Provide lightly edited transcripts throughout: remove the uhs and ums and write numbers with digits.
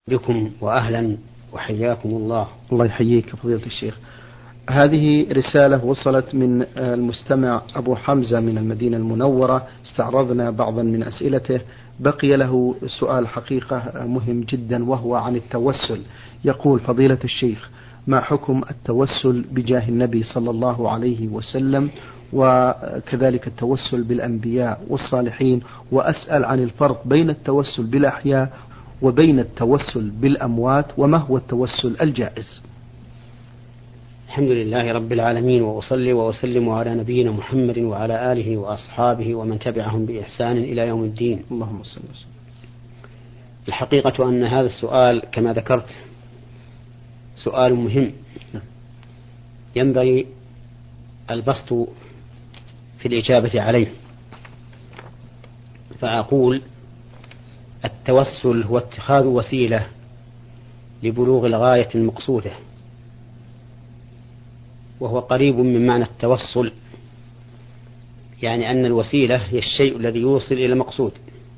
بكم وأهلا وحياكم الله. الله يحييك فضيلة الشيخ. هذه رسالة وصلت من المستمع أبو حمزة من المدينة المنورة، استعرضنا بعضا من أسئلته، بقي له سؤال حقيقة مهم جدا وهو عن التوسل. يقول: فضيلة الشيخ، ما حكم التوسل بجاه النبي صلى الله عليه وسلم وكذلك التوسل بالأنبياء والصالحين، وأسأل عن الفرق بين التوسل بالأحياء وبين التوسل بالأموات، وما هو التوسل الجائز؟ الحمد لله رب العالمين، وأصلي وأسلم على نبينا محمد وعلى آله وأصحابه ومن تبعهم بإحسان إلى يوم الدين. اللهم صل وسلم. الحقيقة أن هذا السؤال كما ذكرت سؤال مهم ينبغي البسط في الإجابة عليه، فأقول: التوسل هو اتخاذ وسيلة لبلوغ الغاية المقصودة، وهو قريب من معنى التوصل، يعني أن الوسيلة هي الشيء الذي يوصل إلى المقصود،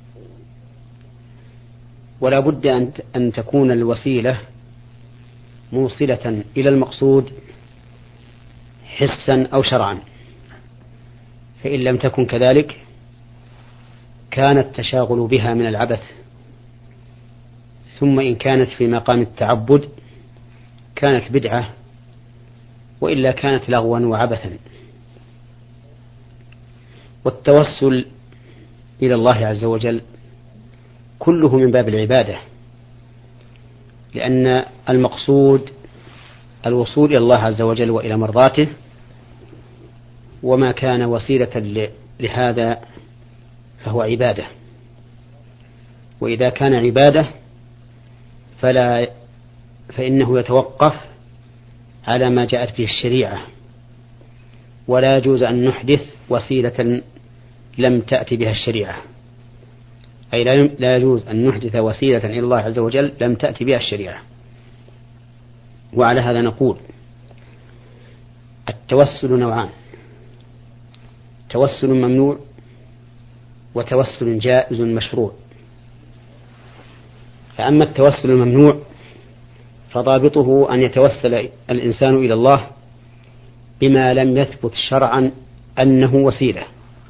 ولا بد أن تكون الوسيلة موصلة إلى المقصود حسا أو شرعا، فإن لم تكن كذلك كان التشاغل بها من العبث، ثم إن كانت في مقام التعبد كانت بدعة، وإلا كانت لغوا وعبثا. والتوسل إلى الله عز وجل كله من باب العبادة، لأن المقصود الوصول إلى الله عز وجل وإلى مرضاته، وما كان وسيلة لهذا فهو عبادة، وإذا كان عبادة فإنه يتوقف على ما جاءت به الشريعة، ولا يجوز أن نحدث وسيلة لم تأتي بها الشريعة، أي لا يجوز أن نحدث وسيلة إلى الله عز وجل لم تأتي بها الشريعة. وعلى هذا نقول: التوسل نوعان: توسل ممنوع وتوسل جائز مشروع. فأما التوسل الممنوع فضابطه أن يتوسل الإنسان إلى الله بما لم يثبت شرعا أنه وسيلة،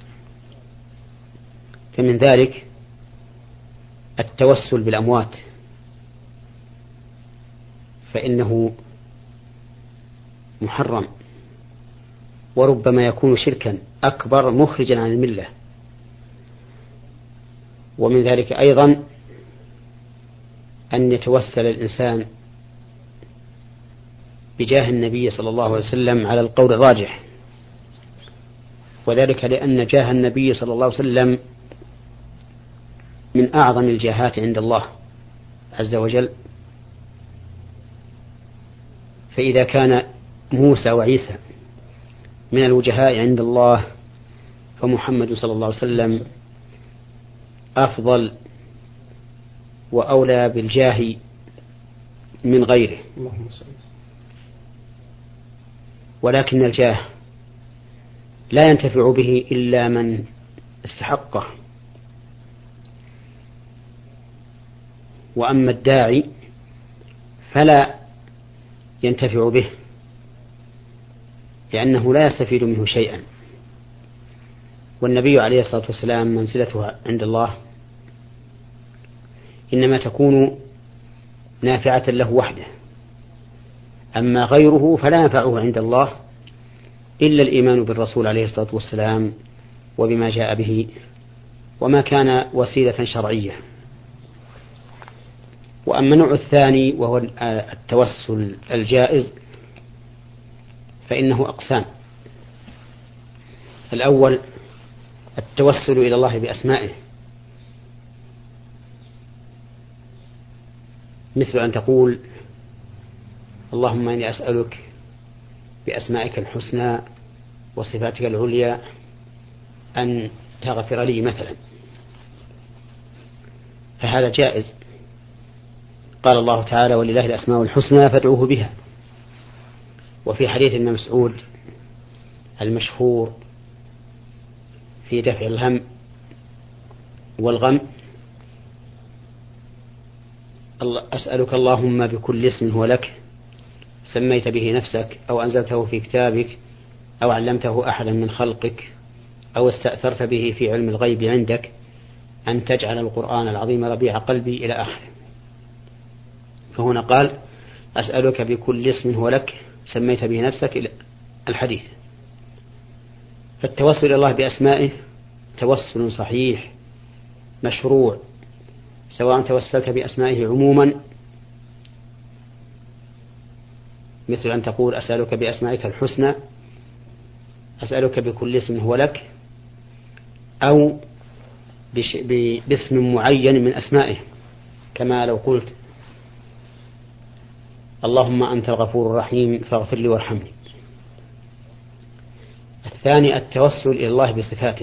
فمن ذلك التوسل بالأموات، فإنه محرم، وربما يكون شركا أكبر مخرجا عن الملة. ومن ذلك أيضا أن يتوسل الإنسان بجاه النبي صلى الله عليه وسلم على القول الراجح، وذلك لأن جاه النبي صلى الله عليه وسلم من أعظم الجاهات عند الله عز وجل. فإذا كان موسى وعيسى من الوجهاء عند الله، فمحمد صلى الله عليه وسلم أفضل وأولى بالجاه من غيره. ولكن الجاه لا ينتفع به إلا من استحقه، وأما الداعي فلا ينتفع به، لأنه لا يستفيد منه شيئا. والنبي عليه الصلاة والسلام منزلته عند الله إنما تكون نافعة له وحده، أما غيره فلا ينفعه عند الله إلا الإيمان بالرسول عليه الصلاة والسلام وبما جاء به، وما كان وسيلة شرعية. وأما النوع الثاني وهو التوسل الجائز فإنه أقسام: الأول التوسل إلى الله بأسمائه، مثل أن تقول: اللهم إني أسألك بأسمائك الحسنى وصفاتك العليا أن تغفر لي مثلا، فهذا جائز. قال الله تعالى: ولله الأسماء الحسنى فادعوه بها. وفي حديث ابن مسعود المشهور في دفع الهم والغم: أسألك اللهم بكل اسم هو لك سميت به نفسك أو أنزلته في كتابك أو علمته أحدا من خلقك أو استأثرت به في علم الغيب عندك أن تجعل القرآن العظيم ربيع قلبي إلى آخره. فهنا قال أسألك بكل اسم هو لك سميت به نفسك إلى الحديث. فالتوسل إلى الله بأسمائه توسل صحيح مشروع، سواء توسلت بأسمائه عموما مثل أن تقول أسألك بأسمائك الحسنى، أسألك بكل اسم هو لك، أو باسم معين من أسمائه، كما لو قلت اللهم أنت الغفور الرحيم فاغفر لي وارحمني. الثاني التوسل إلى الله بصفاته،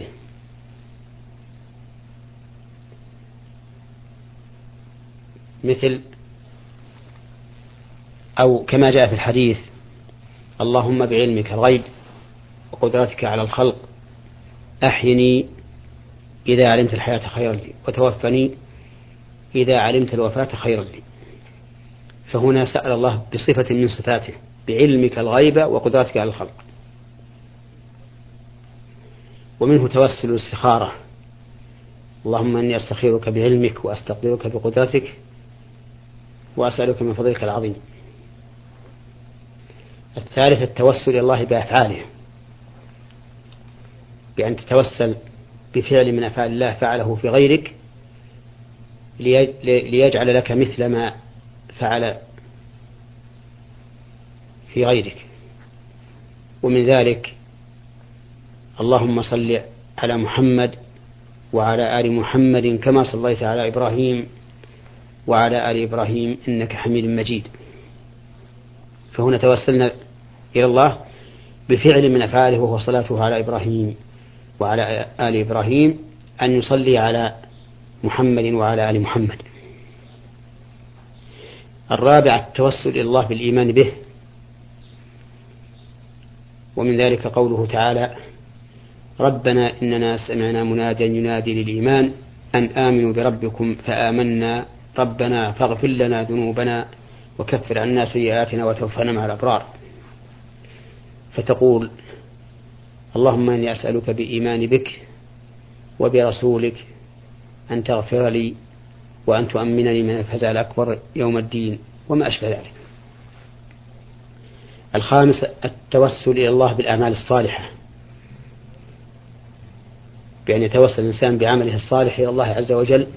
مثل أو كما جاء في الحديث اللهم بعلمك الغيب وقدرتك على الخلق أحيني إذا علمت الحياة خيرا لي وتوفني إذا علمت الوفاة خيرا لي. فهنا سأل الله بصفة من صفاته بعلمك الغيب وقدرتك على الخلق. ومنه توسل الاستخارة، اللهم إني أستخيرك بعلمك وأستقدرك بقدرتك وأسألك من فضلك العظيم. الثالث التوسل إلى الله بأفعاله، بأن تتوسل بفعل من أفعال الله فعله في غيرك ليجعل لك مثل ما فعل في غيرك. ومن ذلك اللهم صل على محمد وعلى آل محمد كما صليت على إبراهيم وعلى آل إبراهيم إنك حميد مجيد. فهنا توسلنا إلى الله بفعل من أفعاله وهو صلاته على إبراهيم وعلى آل إبراهيم أن يصلي على محمد وعلى آل محمد. الرابع التوسل إلى الله بالإيمان به، ومن ذلك قوله تعالى ربنا إننا سمعنا مناديا ينادي للإيمان أن آمنوا بربكم فآمنا ربنا فاغفر لنا ذنوبنا وكفر عنا سيئاتنا وتوفنا مع الأبرار. فتقول اللهم إني أسألك بإيمان بك وبرسولك أن تغفر لي وأن تؤمنني من الفزع الأكبر يوم الدين وما أشبه ذلك. الخامس التوسل إلى الله بالأعمال الصالحة، بأن يتوسل الإنسان بعمله الصالح إلى الله عز وجل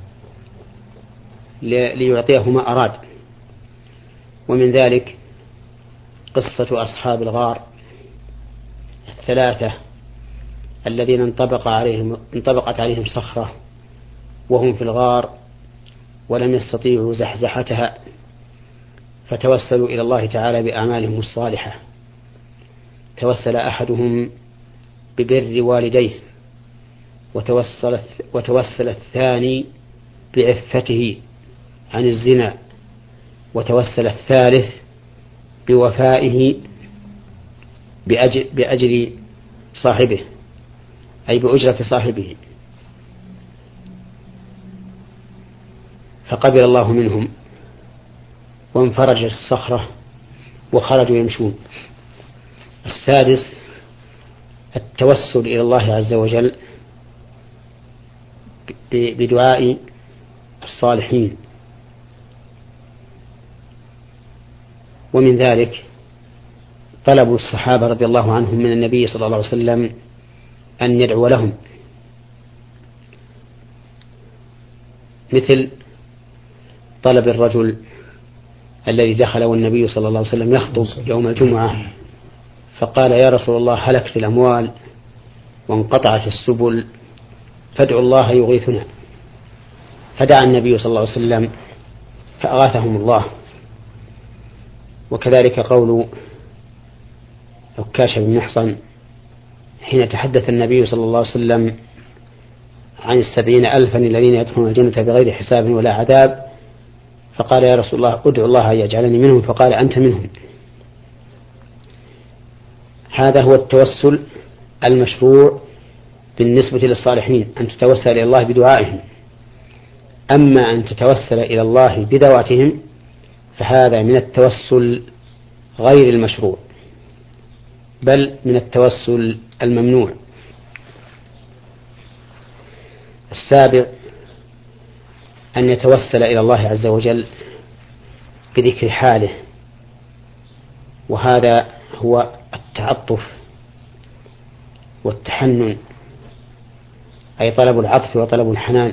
ليعطيه ما أراد. ومن ذلك قصة أصحاب الغار الثلاثة الذين انطبقت عليهم صخرة وهم في الغار ولم يستطيعوا زحزحتها، فتوسلوا إلى الله تعالى بأعمالهم الصالحة. توسل أحدهم ببر والديه، وتوسل الثاني بعفته عن الزنا، وتوسل الثالث بوفائه بأجر صاحبه أي بأجرة صاحبه، فقبل الله منهم وانفرجت الصخرة وخرجوا يمشون. السادس التوسل إلى الله عز وجل بدعاء الصالحين، ومن ذلك طلب الصحابة رضي الله عنهم من النبي صلى الله عليه وسلم أن يدعو لهم، مثل طلب الرجل الذي دخل والنبي صلى الله عليه وسلم يخطب يوم الجمعة فقال يا رسول الله هلكت الأموال وانقطعت السبل فادعوا الله يغيثنا، فدعا النبي صلى الله عليه وسلم فأغاثهم الله. وكذلك قول عكاشة بن محصن حين تحدث النبي صلى الله عليه وسلم عن 70,000 الذين يدخلون الجنة بغير حساب ولا عذاب، فقال يا رسول الله ادعو الله يجعلني منهم، فقال أنت منهم. هذا هو التوسل المشروع بالنسبة للصالحين، أن تتوسل إلى الله بدعائهم. أما أن تتوسل إلى الله بذواتهم فهذا من التوسل غير المشروع، بل من التوسل الممنوع. السابع أن يتوسل إلى الله عز وجل بذكر حاله، وهذا هو التعطف والتحنن، أي طلب العطف وطلب الحنان.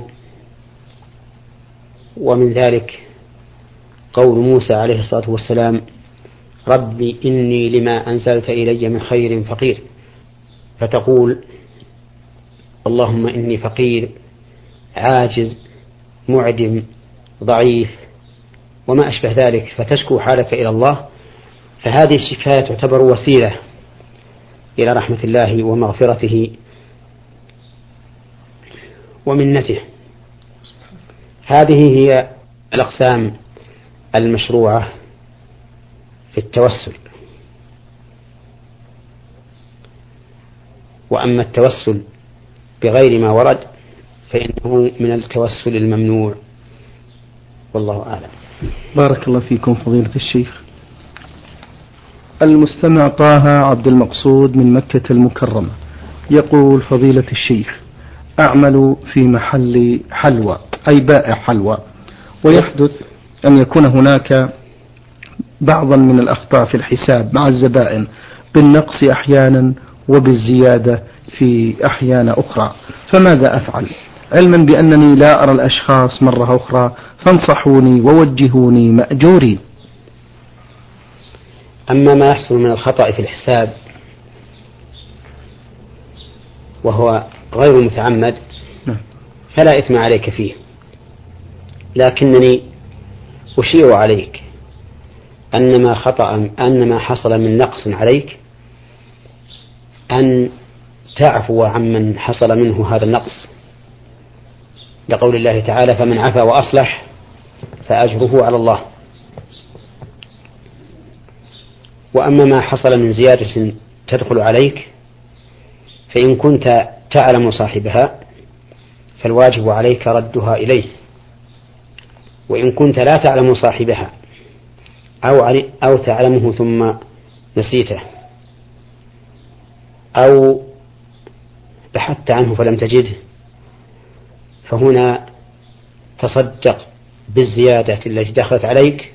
ومن ذلك قول موسى عليه الصلاة والسلام: ربي إني لما أنزلت إلي من خير فقير، فتقول: اللهم إني فقير عاجز معدم ضعيف وما أشبه ذلك، فتشكو حالك إلى الله. فهذه الشكاية تعتبر وسيلة إلى رحمة الله ومغفرته ومنته. هذه هي الأقسام المشروعة في التوسل. وأما التوسل بغير ما ورد فإنه من التوسل الممنوع، والله أعلم. بارك الله فيكم فضيلة الشيخ. المستمع طه عبد المقصود من مكة المكرمة يقول: فضيلة الشيخ، أعمل في محل حلوى، أي بائع حلوى، ويحدث أن يكون هناك بعضا من الأخطاء في الحساب مع الزبائن، بالنقص أحيانا وبالزيادة في أحيان أخرى، فماذا أفعل؟ علما بأنني لا أرى الأشخاص مرة أخرى، فانصحوني ووجهوني مأجورين. أما ما يحصل من الخطأ في الحساب وهو غير متعمد فلا إثم عليك فيه، لكنني أشير عليك أن ما حصل من نقص عليك أن تعفو عمن حصل منه هذا النقص، لقول الله تعالى: فمن عفا وأصلح فأجره على الله. وأما ما حصل من زيادة تدخل عليك فإن كنت تعلم صاحبها فالواجب عليك ردها إليه، وإن كنت لا تعلم صاحبها أو تعلمه ثم نسيته أو بحثت عنه فلم تجده، فهنا تصدق بالزيادة التي دخلت عليك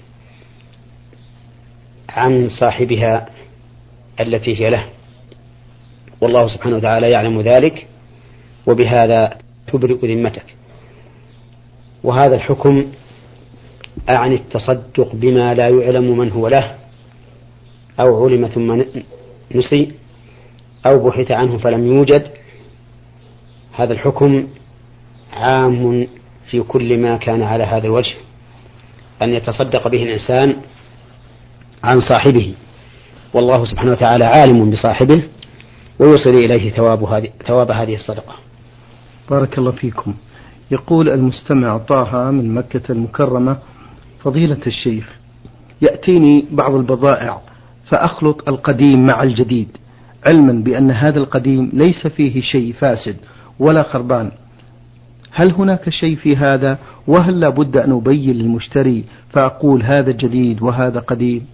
عن صاحبها التي هي له، والله سبحانه وتعالى يعلم ذلك، وبهذا تبرئ ذمتك. وهذا الحكم أعني التصدق بما لا يعلم من هو له، أو علم ثم نسي، أو بحث عنه فلم يوجد. هذا الحكم عام في كل ما كان على هذا الوجه، أن يتصدق به الإنسان عن صاحبه، والله سبحانه وتعالى عالم بصاحبه ويوصل إليه ثواب هذه الصدقة. بارك الله فيكم. يقول المستمع طه من مكة المكرمة: فضيلة الشيخ، يأتيني بعض البضائع فأخلط القديم مع الجديد، علما بأن هذا القديم ليس فيه شيء فاسد ولا خربان، هل هناك شيء في هذا؟ وهل لا بد أن أبين للمشتري فأقول هذا جديد وهذا قديم؟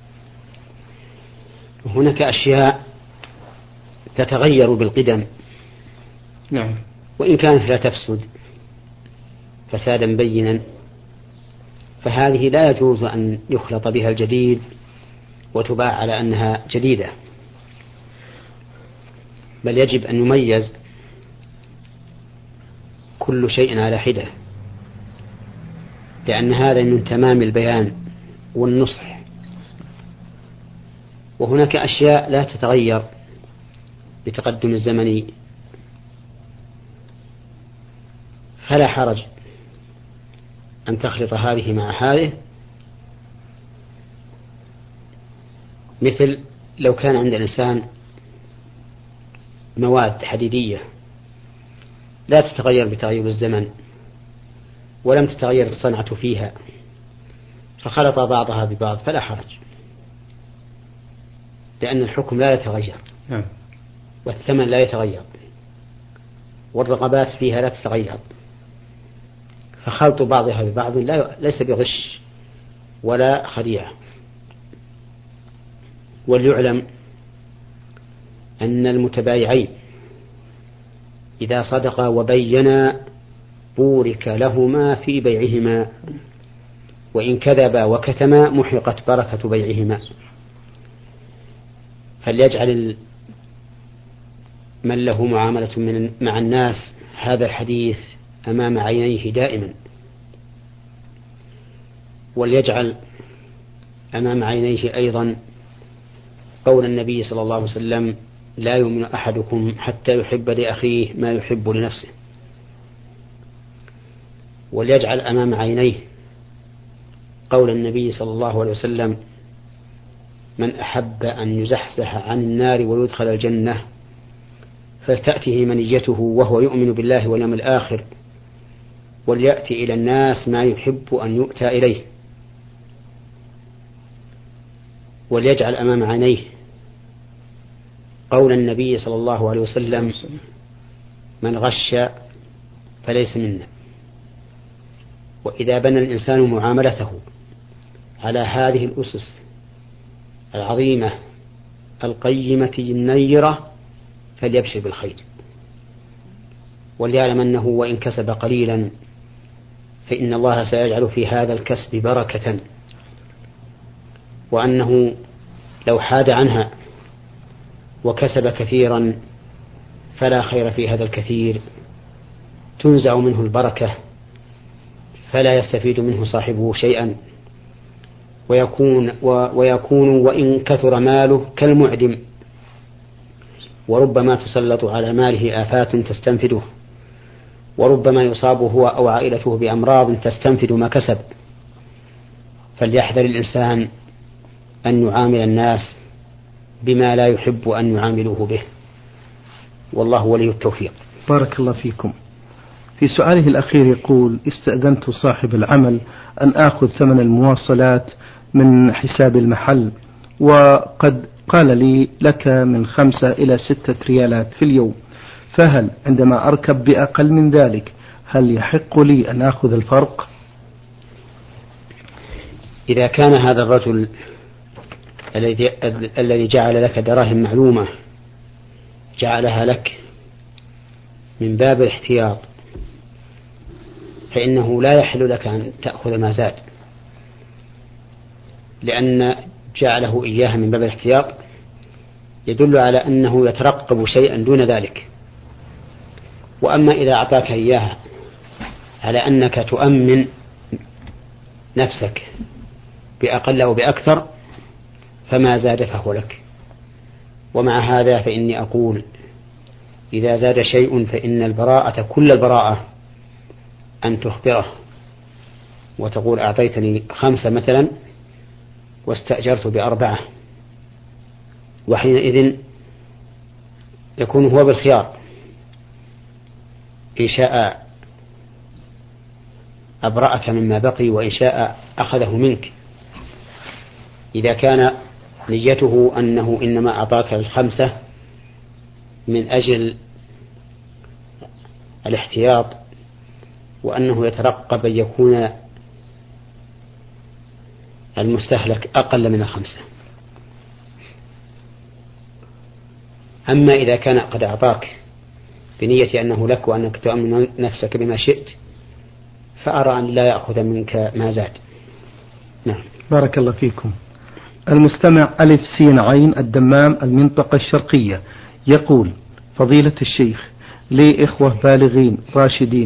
هناك أشياء تتغير بالقدم، نعم، وإن كانت لا تفسد فسادا بينا، فهذه لا يجوز أن يخلط بها الجديد وتباع على أنها جديدة، بل يجب أن يميز كل شيء على حدة، لأن هذا من تمام البيان والنصح. وهناك أشياء لا تتغير بتقدم الزمن، فلا حرج أن تخلط هذه مع هذه، مثل لو كان عند الإنسان مواد حديدية لا تتغير بتغير الزمن ولم تتغير الصنعة فيها، فخلط بعضها ببعض فلا حرج، لأن الحكم لا يتغير والثمن لا يتغير والرغبات فيها لا تتغير، فخلط بعضها ببعض ليس بغش ولا خديعة. وليعلم أن المتبايعين إذا صدقا وبينا بورك لهما في بيعهما، وإن كذبا وكتما محقت بركة بيعهما. فليجعل من له معاملة مع الناس هذا الحديث أمام عينيه دائما، وليجعل أمام عينيه أيضا قول النبي صلى الله عليه وسلم: لا يؤمن أحدكم حتى يحب لأخيه ما يحب لنفسه. وليجعل أمام عينيه قول النبي صلى الله عليه وسلم: من أحب أن يزحزح عن النار ويدخل الجنة فلتأته منيته وهو يؤمن بالله واليوم الآخر وليأتي إلى الناس ما يحب أن يؤتى إليه. وليجعل أمام عينيه قول النبي صلى الله عليه وسلم: من غش فليس منا. وإذا بنى الإنسان معاملته على هذه الأسس العظيمة القيمة النيرة فليبشر بالخير، وليعلم أنه وإن كسب قليلا فإن الله سيجعل في هذا الكسب بركة، وأنه لو حاد عنها وكسب كثيرا فلا خير في هذا الكثير، تنزع منه البركة فلا يستفيد منه صاحبه شيئا، ويكون وإن كثر ماله كالمعدم، وربما تسلط على ماله آفات تستنفده، وربما يصاب هو أو عائلته بأمراض تستنفد ما كسب. فليحذر الإنسان أن يعامل الناس بما لا يحب أن يعاملوه به، والله ولي التوفيق. بارك الله فيكم. في سؤاله الأخير يقول: استأذنت صاحب العمل أن آخذ ثمن المواصلات من حساب المحل، وقد قال لي لك من 5 إلى 6 ريالات في اليوم، فهل عندما أركب بأقل من ذلك هل يحق لي أن آخذ الفرق؟ إذا كان هذا الرجل الذي جعل لك دراهم معلومة جعلها لك من باب الاحتياط، فإنه لا يحل لك أن تأخذ ما زاد، لأن جعله إياها من باب الاحتياط يدل على أنه يترقب شيئا دون ذلك. وأما إذا أعطاك إياها على أنك تؤمن نفسك بأقل أو بأكثر فما زاد فهو لك. ومع هذا فإني أقول: إذا زاد شيء فإن البراءة كل البراءة أن تخبره وتقول: أعطيتني 5 مثلا واستأجرت ب4، وحينئذ يكون هو بالخيار، إن شاء أبرأك مما بقي وإن شاء أخذه منك. إذا كان نيته أنه إنما أعطاك 5 من أجل الاحتياط وأنه يترقب أن يكون المستهلك أقل من 5. أما إذا كان قد أعطاك بنية أنه لك وأنك تؤمن نفسك بما شئت فأرى أن لا يأخذ منك ما زاد. نعم. بارك الله فيكم. المستمع ألف سين عين الدمام المنطقة الشرقية يقول: فضيلة الشيخ، لي إخوة بالغين راشدين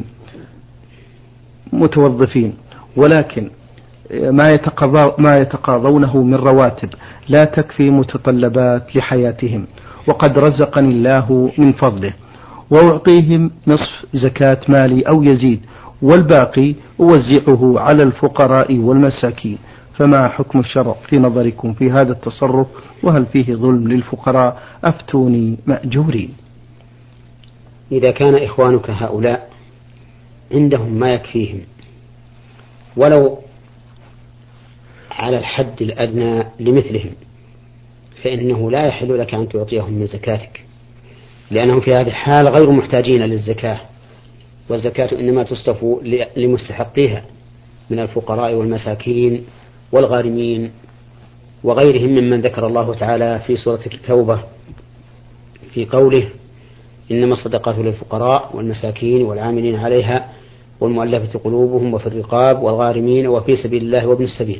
متوظفين، ولكن ما يتقاضونه من رواتب لا تكفي متطلبات لحياتهم، وقد رزقني الله من فضله، وأعطيهم نصف زكاة مالي أو يزيد، والباقي أوزعه على الفقراء والمساكين، فما حكم الشرع في نظركم في هذا التصرف، وهل فيه ظلم للفقراء؟ أفتوني مأجورين. إذا كان إخوانك هؤلاء عندهم ما يكفيهم ولو على الحد الأدنى لمثلهم فإنه لا يحل لك أن تعطيهم من زكاتك، لأنهم في هذه الحال غير محتاجين للزكاة، والزكاة إنما تصرف لمستحقيها من الفقراء والمساكين والغارمين وغيرهم ممن ذكر الله تعالى في سورة التوبة في قوله إنما الصدقات للفقراء والمساكين والعاملين عليها والمؤلفة قلوبهم وفي الرقاب والغارمين وفي سبيل الله وابن السبيل.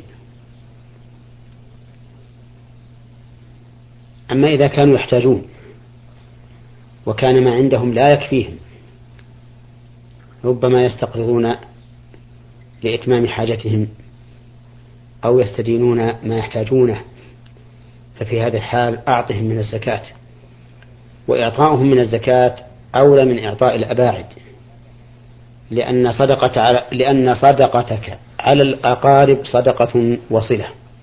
أما إذا كانوا يحتاجون وكان ما عندهم لا يكفيهم، ربما يستقرضون لإتمام حاجتهم أو يستدينون ما يحتاجونه، ففي هذا الحال أعطهم من الزكاة، وإعطاؤهم من الزكاة أولى من إعطاء الأباعد، لأن صدقتك على الأقارب صدقة وصلة.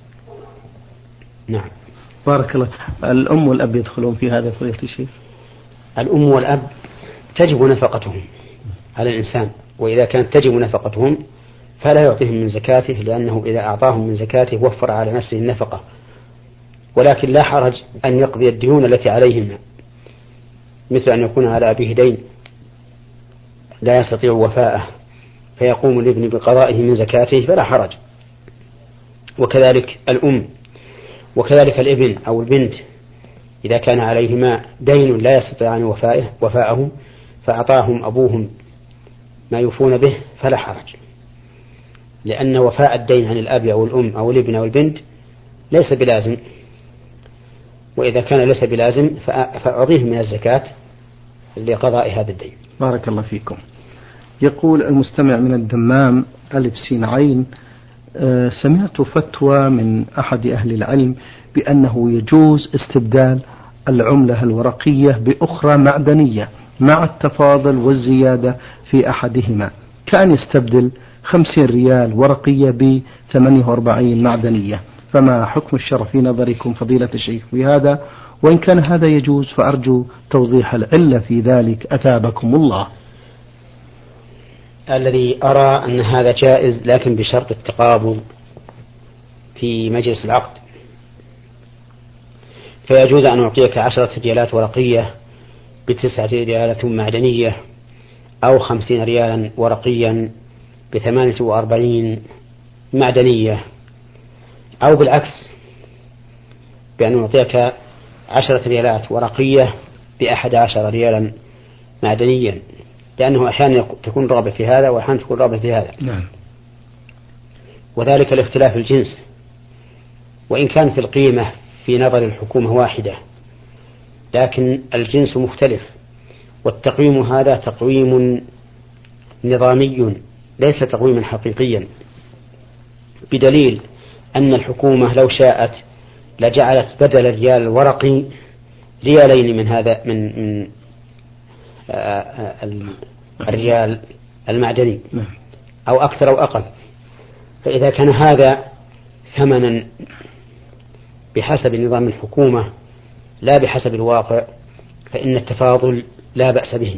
نعم. بارك الله. الأم والأب يدخلون في هذا فضيلة الشيخ؟ الأم والأب تجب نفقتهم على الإنسان، وإذا كانت تجب نفقتهم فلا يعطيهم من زكاته، لأنه إذا أعطاهم من زكاته وفر على نفسه النفقة، ولكن لا حرج أن يقضي الديون التي عليهما، مثل أن يكون على أبيه دين لا يستطيع وفاءه فيقوم الابن بقضائه من زكاته فلا حرج، وكذلك الأم، وكذلك الابن أو البنت إذا كان عليهما دين لا يستطيعان وفاءه فأعطاهم أبوهم ما يوفون به فلا حرج، لأن وفاء الدين عن الأب أو الأم أو الابن أو البنت ليس بلازم، وإذا كان ليس بلازم فأعطيهم من الزكاة لقضاء هذا الدين. بارك الله فيكم. يقول المستمع من الدمام ألف سين عين: سمعت فتوى من أحد أهل العلم بأنه يجوز استبدال العملة الورقية بأخرى معدنية مع التفاضل والزيادة في أحدهما، كان يستبدل 50 ريال ورقية ب 48 معدنية، فما حكم الشرع في نظركم فضيلة الشيخ في هذا؟ وإن كان هذا يجوز فأرجو توضيح العلة في ذلك أثابكم الله. الذي أرى أن هذا جائز، لكن بشرط التقابض في مجلس العقد، فيجوز أن أعطيك 10 ريالات ورقية ب9 ريالات معدنية، أو 50 ريالا ورقيا ب48 معدنية، أو بالعكس بأن أعطيك 10 ريالات ورقية ب11 ريالا معدنيا، لأنه أحيانا تكون رغبة في هذا وأحيانا تكون رغبة في هذا. نعم. وذلك لاختلاف الجنس، وإن كانت القيمة في نظر الحكومة واحدة لكن الجنس مختلف، والتقويم هذا تقويم نظامي ليس تقويما حقيقيا، بدليل أن الحكومة لو شاءت لجعلت بدل الريال الورقي ريالين من هذا من الريال المعدني، أو أكثر أو أقل. فإذا كان هذا ثمنا بحسب نظام الحكومة لا بحسب الواقع فإن التفاضل لا بأس به.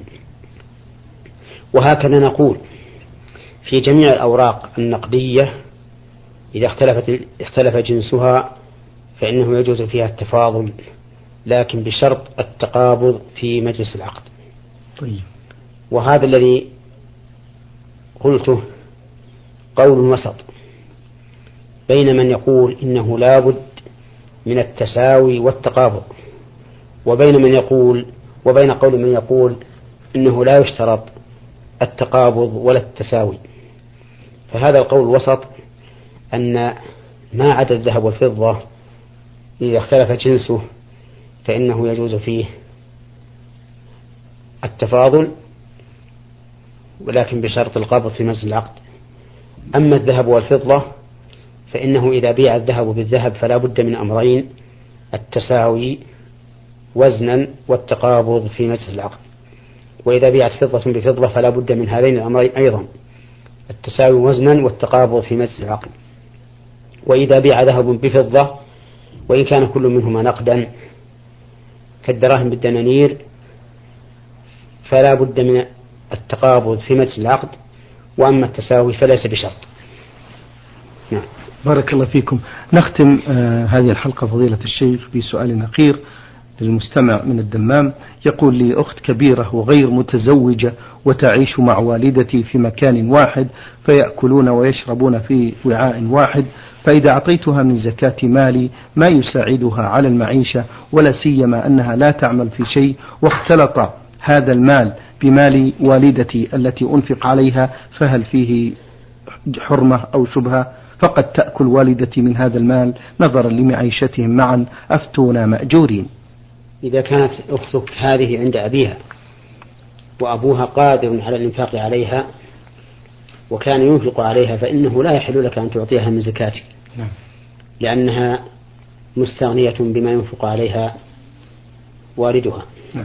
وهكذا نقول في جميع الأوراق النقدية إذا اختلف جنسها فإنه يجوز فيها التفاضل، لكن بشرط التقابض في مجلس العقد. طيب. وهذا الذي قلته قول وسط بين من يقول إنه لا بد من التساوي والتقابض، وبين قول من يقول إنه لا يشترط التقابض ولا التساوي. فهذا القول الوسط أن ما عدا الذهب والفضة إذا اختلف جنسه فإنه يجوز فيه التفاضل، ولكن بشرط القبض في مجلس العقد. أما الذهب والفضة فإنه إذا بيع الذهب بالذهب فلا بد من أمرين: التساوي وزنا والتقابض في مجلس العقد. وإذا بيعت فضة بفضة فلا بد من هذين الأمرين أيضا: التساوي وزنا والتقابض في مجلس العقد. وإذا بيع ذهب بفضة وإن كان كل منهما نقدا كالدراهم بالدنانير فلا بد من التقابض في مجلس العقد، وأما التساوي فليس بشرط. نعم. بارك الله فيكم. نختم هذه الحلقة فضيلة الشيخ بسؤال أخير. للمستمع من الدمام، يقول لي أخت كبيرة وغير متزوجة وتعيش مع والدتي في مكان واحد، فيأكلون ويشربون في وعاء واحد، فإذا أعطيتها من زكاة مالي ما يساعدها على المعيشة، ولا سيما أنها لا تعمل في شيء، واختلط هذا المال بمال والدتي التي أنفق عليها، فهل فيه حرمة أو شبهة؟ فقد تأكل والدتي من هذا المال نظرا لمعيشتهم معا، أفتونا مأجورين. إذا كانت أختك هذه عند أبيها وأبوها قادر على الإنفاق عليها وكان ينفق عليها، فإنه لا يحل لك أن تعطيها من زكاتك، لأنها مستغنية بما ينفق عليها والدها.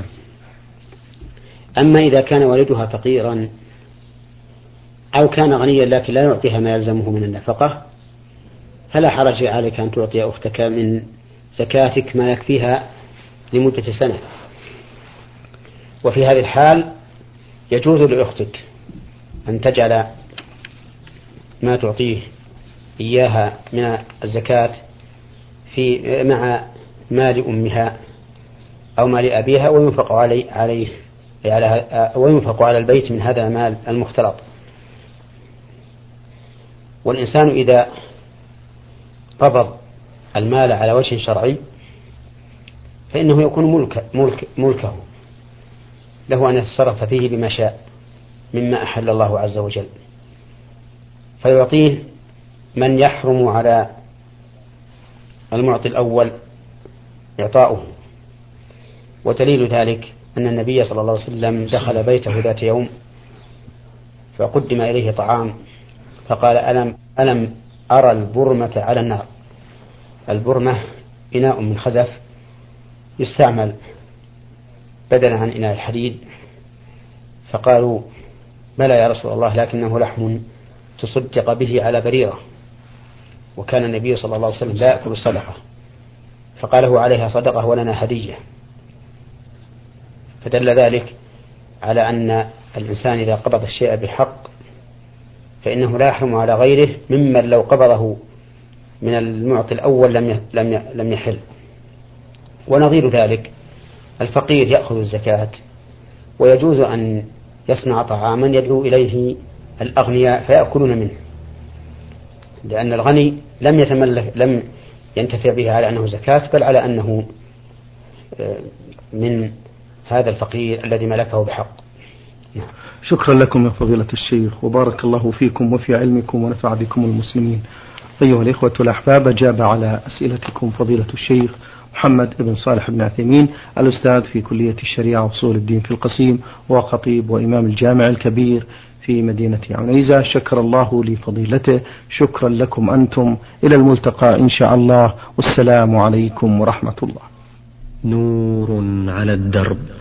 أما إذا كان والدها فقيرا أو كان غنيا لكن لا يعطيها ما يلزمه من النفقة، فلا حرج عليك أن تعطي أختك من زكاتك ما يكفيها لمدة سنة. وفي هذه الحال يجوز لأختك أن تجعل ما تعطيه إياها من الزكاة مع مال أمها أو مال أبيها، وينفق على البيت من هذا المال المختلط. والإنسان إذا قبض المال على وجه شرعي فإنه يكون ملكه له أن يتصرف فيه بما شاء مما أحل الله عز وجل، فيعطيه من يحرم على المعطي الأول إعطاؤه. ودليل ذلك أن النبي صلى الله عليه وسلم دخل بيته ذات يوم فقدم إليه طعام فقال: ألم أرى البرمة على النار. البرمة إناء من خزف يستعمل بدلا عن إناء الحديد. فقالوا: بلى يا رسول الله، لكنه لحم تصدق به على بريرة، وكان النبي صلى الله عليه وسلم لا يأكل الصدقة، فقال: هو عليها صدقة ولنا هدية. فدل ذلك على أن الإنسان إذا قبض الشيء بحق فإنه لا يحرم على غيره ممن لو قبضه من المعطي الأول لم يحل. ونظير ذلك الفقير يأخذ الزكاة، ويجوز أن يصنع طعاما يدعو إليه الأغنياء فيأكلون منه، لأن الغني لم ينتفع به على أنه زكاة، بل على أنه من هذا الفقير الذي ملكه بحق. نعم. شكرا لكم يا فضيلة الشيخ، وبارك الله فيكم وفي علمكم ونفع بكم المسلمين. أيها الإخوة الأحباب، أجاب على أسئلتكم فضيلة الشيخ محمد بن صالح بن عثيمين، الأستاذ في كلية الشريعة وأصول الدين في القصيم، وخطيب وإمام الجامع الكبير في مدينة عنيزة. شكر الله لفضيلته. شكرا لكم أنتم. إلى الملتقى إن شاء الله، والسلام عليكم ورحمة الله. نور على الدرب.